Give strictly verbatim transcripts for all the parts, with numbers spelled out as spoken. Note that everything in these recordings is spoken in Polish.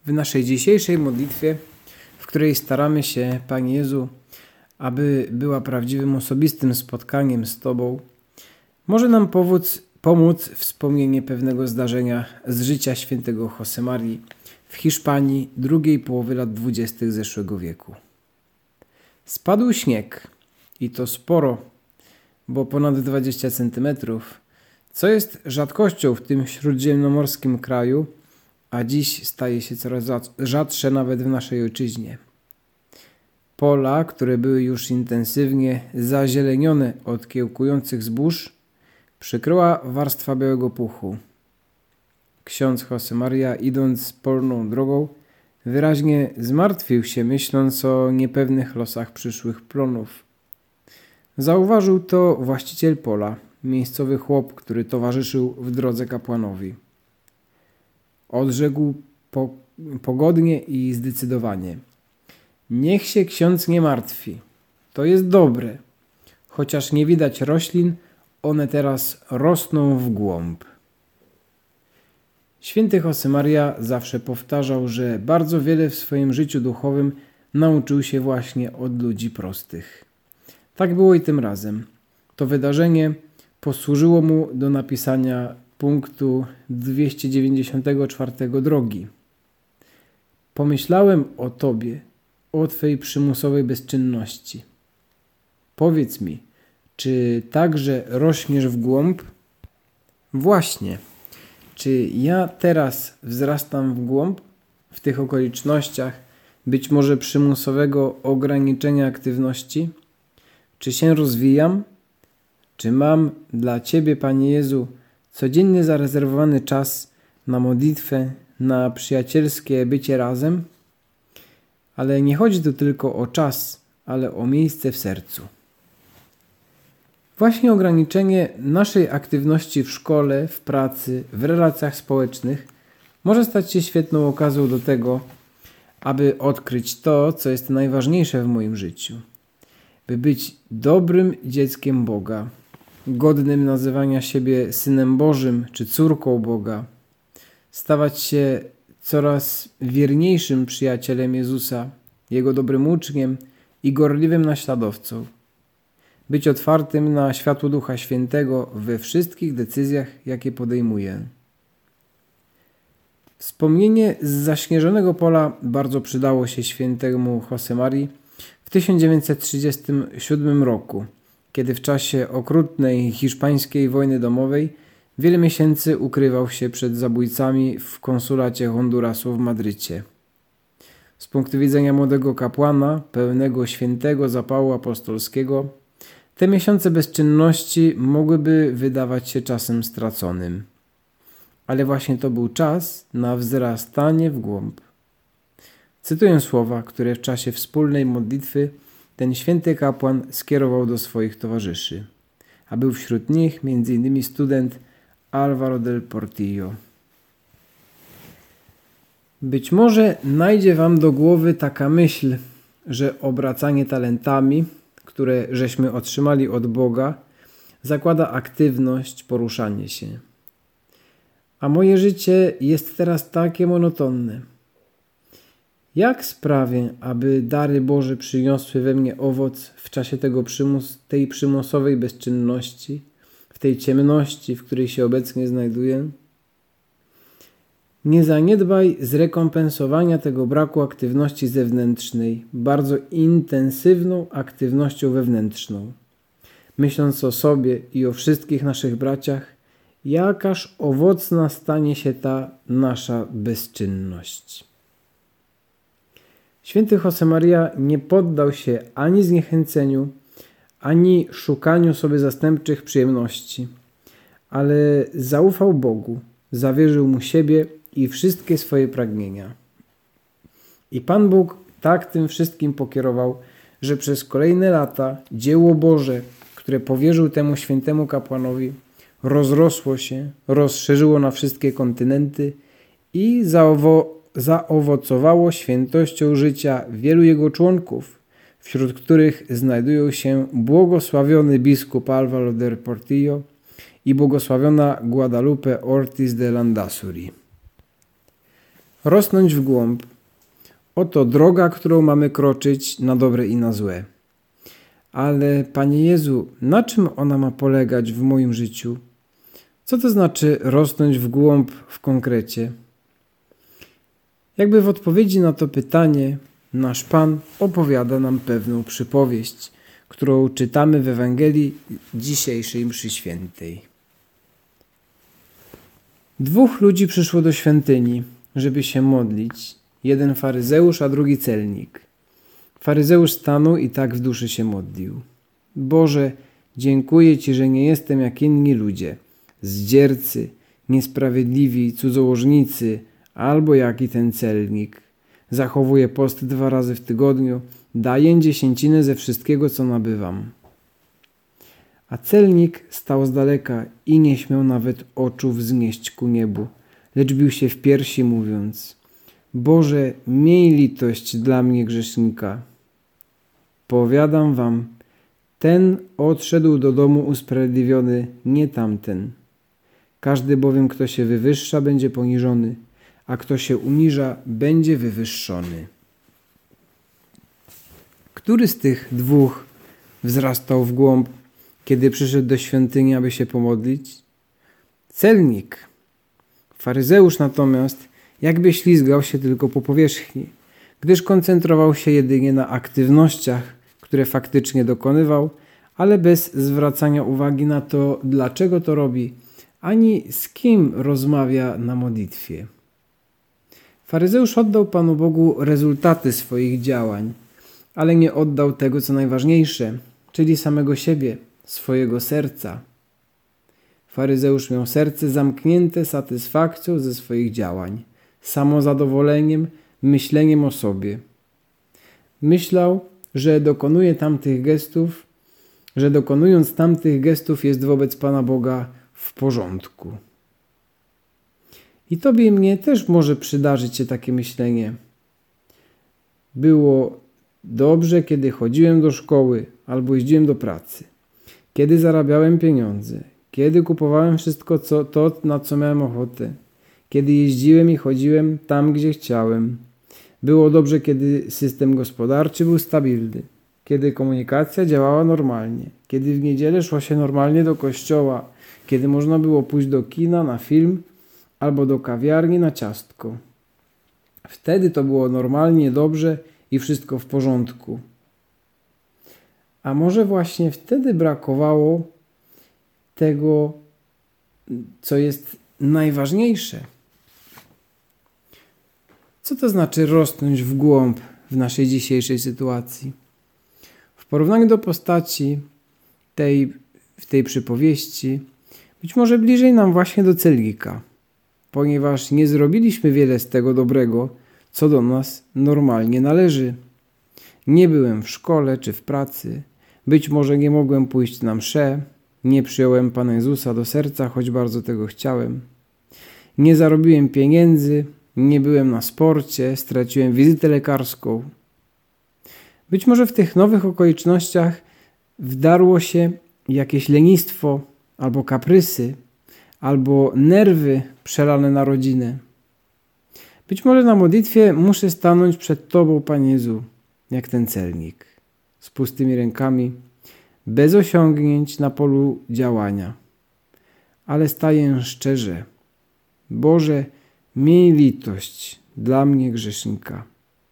w naszej dzisiejszej modlitwie, w której staramy się, Panie Jezu, aby była prawdziwym, osobistym spotkaniem z Tobą, może nam pomóc, pomóc wspomnienie pewnego zdarzenia z życia świętego Josemarii w Hiszpanii drugiej połowy lat dwudziestych zeszłego wieku. Spadł śnieg i to sporo, bo ponad dwadzieścia centymetrów, co jest rzadkością w tym śródziemnomorskim kraju, a dziś staje się coraz rzadsze nawet w naszej ojczyźnie. Pola, które były już intensywnie zazielenione od kiełkujących zbóż, przykryła warstwa białego puchu. Ksiądz Josemaria, idąc polną drogą, wyraźnie zmartwił się, myśląc o niepewnych losach przyszłych plonów. Zauważył to właściciel pola, miejscowy chłop, który towarzyszył w drodze kapłanowi. Odrzekł po, pogodnie i zdecydowanie: niech się ksiądz nie martwi, to jest dobre. Chociaż nie widać roślin, one teraz rosną w głąb. Święty Josemaria zawsze powtarzał, że bardzo wiele w swoim życiu duchowym nauczył się właśnie od ludzi prostych. Tak było i tym razem. To wydarzenie posłużyło mu do napisania punktu dwieście dziewięćdziesiątego czwartego drogi. Pomyślałem o Tobie, o Twej przymusowej bezczynności. Powiedz mi, czy także rośniesz w głąb? Właśnie. Czy ja teraz wzrastam w głąb w tych okolicznościach być może przymusowego ograniczenia aktywności? Czy się rozwijam? Czy mam dla Ciebie, Panie Jezu, codziennie zarezerwowany czas na modlitwę, na przyjacielskie bycie razem? Ale nie chodzi tu tylko o czas, ale o miejsce w sercu. Właśnie ograniczenie naszej aktywności w szkole, w pracy, w relacjach społecznych może stać się świetną okazją do tego, aby odkryć to, co jest najważniejsze w moim życiu. By być dobrym dzieckiem Boga, godnym nazywania siebie Synem Bożym czy córką Boga, stawać się coraz wierniejszym przyjacielem Jezusa, Jego dobrym uczniem i gorliwym naśladowcą. Być otwartym na światło Ducha Świętego we wszystkich decyzjach, jakie podejmuję. Wspomnienie z zaśnieżonego pola bardzo przydało się świętemu Josemarii w tysiąc dziewięćset trzydziestym siódmym roku, kiedy w czasie okrutnej hiszpańskiej wojny domowej wiele miesięcy ukrywał się przed zabójcami w konsulacie Hondurasu w Madrycie. Z punktu widzenia młodego kapłana, pełnego świętego zapału apostolskiego, te miesiące bezczynności mogłyby wydawać się czasem straconym. Ale właśnie to był czas na wzrastanie w głąb. Cytuję słowa, które w czasie wspólnej modlitwy ten święty kapłan skierował do swoich towarzyszy, a był wśród nich między innymi student Álvaro del Portillo. Być może najdzie wam do głowy taka myśl, że obracanie talentami, które żeśmy otrzymali od Boga, zakłada aktywność, poruszanie się. A moje życie jest teraz takie monotonne. Jak sprawię, aby dary Boże przyniosły we mnie owoc w czasie tego przymus, tej przymusowej bezczynności, w tej ciemności, w której się obecnie znajduję? Nie zaniedbaj zrekompensowania tego braku aktywności zewnętrznej bardzo intensywną aktywnością wewnętrzną. Myśląc o sobie i o wszystkich naszych braciach, jakaż owocna stanie się ta nasza bezczynność. Święty Josemaria nie poddał się ani zniechęceniu, ani szukaniu sobie zastępczych przyjemności, ale zaufał Bogu, zawierzył Mu siebie i wszystkie swoje pragnienia. I Pan Bóg tak tym wszystkim pokierował, że przez kolejne lata dzieło Boże, które powierzył temu świętemu kapłanowi, rozrosło się, rozszerzyło na wszystkie kontynenty i zaowo- zaowocowało świętością życia wielu jego członków, wśród których znajdują się błogosławiony biskup Álvaro del Portillo i błogosławiona Guadalupe Ortiz de Landázuri. Rosnąć w głąb. Oto droga, którą mamy kroczyć na dobre i na złe. Ale Panie Jezu, na czym ona ma polegać w moim życiu? Co to znaczy rosnąć w głąb w konkrecie? Jakby w odpowiedzi na to pytanie nasz Pan opowiada nam pewną przypowieść, którą czytamy w Ewangelii dzisiejszej mszy świętej. Dwóch ludzi przyszło do świątyni, żeby się modlić. Jeden faryzeusz, a drugi celnik. Faryzeusz stanął i tak w duszy się modlił. Boże, dziękuję Ci, że nie jestem jak inni ludzie, zdziercy, niesprawiedliwi, cudzołożnicy, albo jak i ten celnik. Zachowuję post dwa razy w tygodniu, daję dziesięcinę ze wszystkiego, co nabywam. A celnik stał z daleka i nie śmiał nawet oczu wznieść ku niebu, lecz bił się w piersi, mówiąc: Boże, miej litość dla mnie grzesznika. Powiadam wam, ten odszedł do domu usprawiedliwiony, nie tamten. Każdy bowiem, kto się wywyższa, będzie poniżony, a kto się uniża, będzie wywyższony. Który z tych dwóch wzrastał w głąb, kiedy przyszedł do świątyni, aby się pomodlić? Celnik. Faryzeusz natomiast jakby ślizgał się tylko po powierzchni, gdyż koncentrował się jedynie na aktywnościach, które faktycznie dokonywał, ale bez zwracania uwagi na to, dlaczego to robi, ani z kim rozmawia na modlitwie. Faryzeusz oddał Panu Bogu rezultaty swoich działań, ale nie oddał tego, co najważniejsze, czyli samego siebie, swojego serca. Faryzeusz miał serce zamknięte satysfakcją ze swoich działań, samozadowoleniem, myśleniem o sobie. Myślał, że dokonuje tamtych gestów, że dokonując tamtych gestów jest wobec Pana Boga w porządku. I Tobie i mnie też może przydarzyć się takie myślenie. Było dobrze, kiedy chodziłem do szkoły albo jeździłem do pracy, kiedy zarabiałem pieniądze, kiedy kupowałem wszystko co, to, na co miałem ochotę, kiedy jeździłem i chodziłem tam, gdzie chciałem. Było dobrze, kiedy system gospodarczy był stabilny, kiedy komunikacja działała normalnie, kiedy w niedzielę szło się normalnie do kościoła, kiedy można było pójść do kina na film albo do kawiarni na ciastko. Wtedy to było normalnie, dobrze i wszystko w porządku. A może właśnie wtedy brakowało tego, co jest najważniejsze. Co to znaczy rosnąć w głąb w naszej dzisiejszej sytuacji? W porównaniu do postaci tej, w tej przypowieści, być może bliżej nam właśnie do celnika, ponieważ nie zrobiliśmy wiele z tego dobrego, co do nas normalnie należy. Nie byłem w szkole czy w pracy, być może nie mogłem pójść na mszę, nie przyjąłem Pana Jezusa do serca, choć bardzo tego chciałem. Nie zarobiłem pieniędzy, nie byłem na sporcie, straciłem wizytę lekarską. Być może w tych nowych okolicznościach wdarło się jakieś lenistwo, albo kaprysy, albo nerwy przelane na rodzinę. Być może na modlitwie muszę stanąć przed Tobą, Panie Jezu, jak ten celnik, z pustymi rękami, bez osiągnięć na polu działania. Ale staję szczerze. Boże, miej litość dla mnie grzesznika.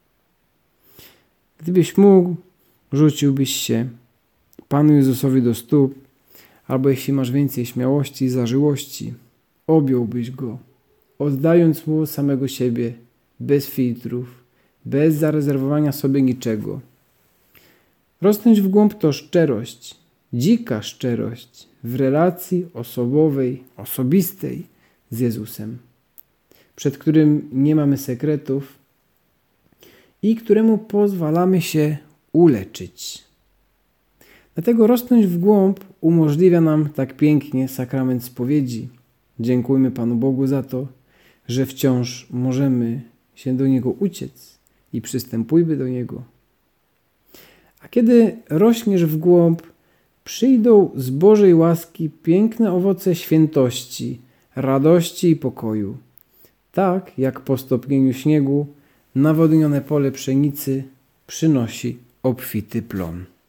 Gdybyś mógł, rzuciłbyś się Panu Jezusowi do stóp, albo jeśli masz więcej śmiałości i zażyłości, objąłbyś Go, oddając Mu samego siebie, bez filtrów, bez zarezerwowania sobie niczego. Rosnąć w głąb to szczerość, dzika szczerość w relacji osobowej, osobistej z Jezusem, przed którym nie mamy sekretów i któremu pozwalamy się uleczyć. Dlatego rosnąć w głąb umożliwia nam tak pięknie sakrament spowiedzi. Dziękujmy Panu Bogu za to, że wciąż możemy się do Niego uciec i przystępujmy do Niego. A kiedy rośniesz w głąb, przyjdą z Bożej łaski piękne owoce świętości, radości i pokoju. tak jak po stopnieniu śniegu nawodnione pole pszenicy przynosi obfity plon.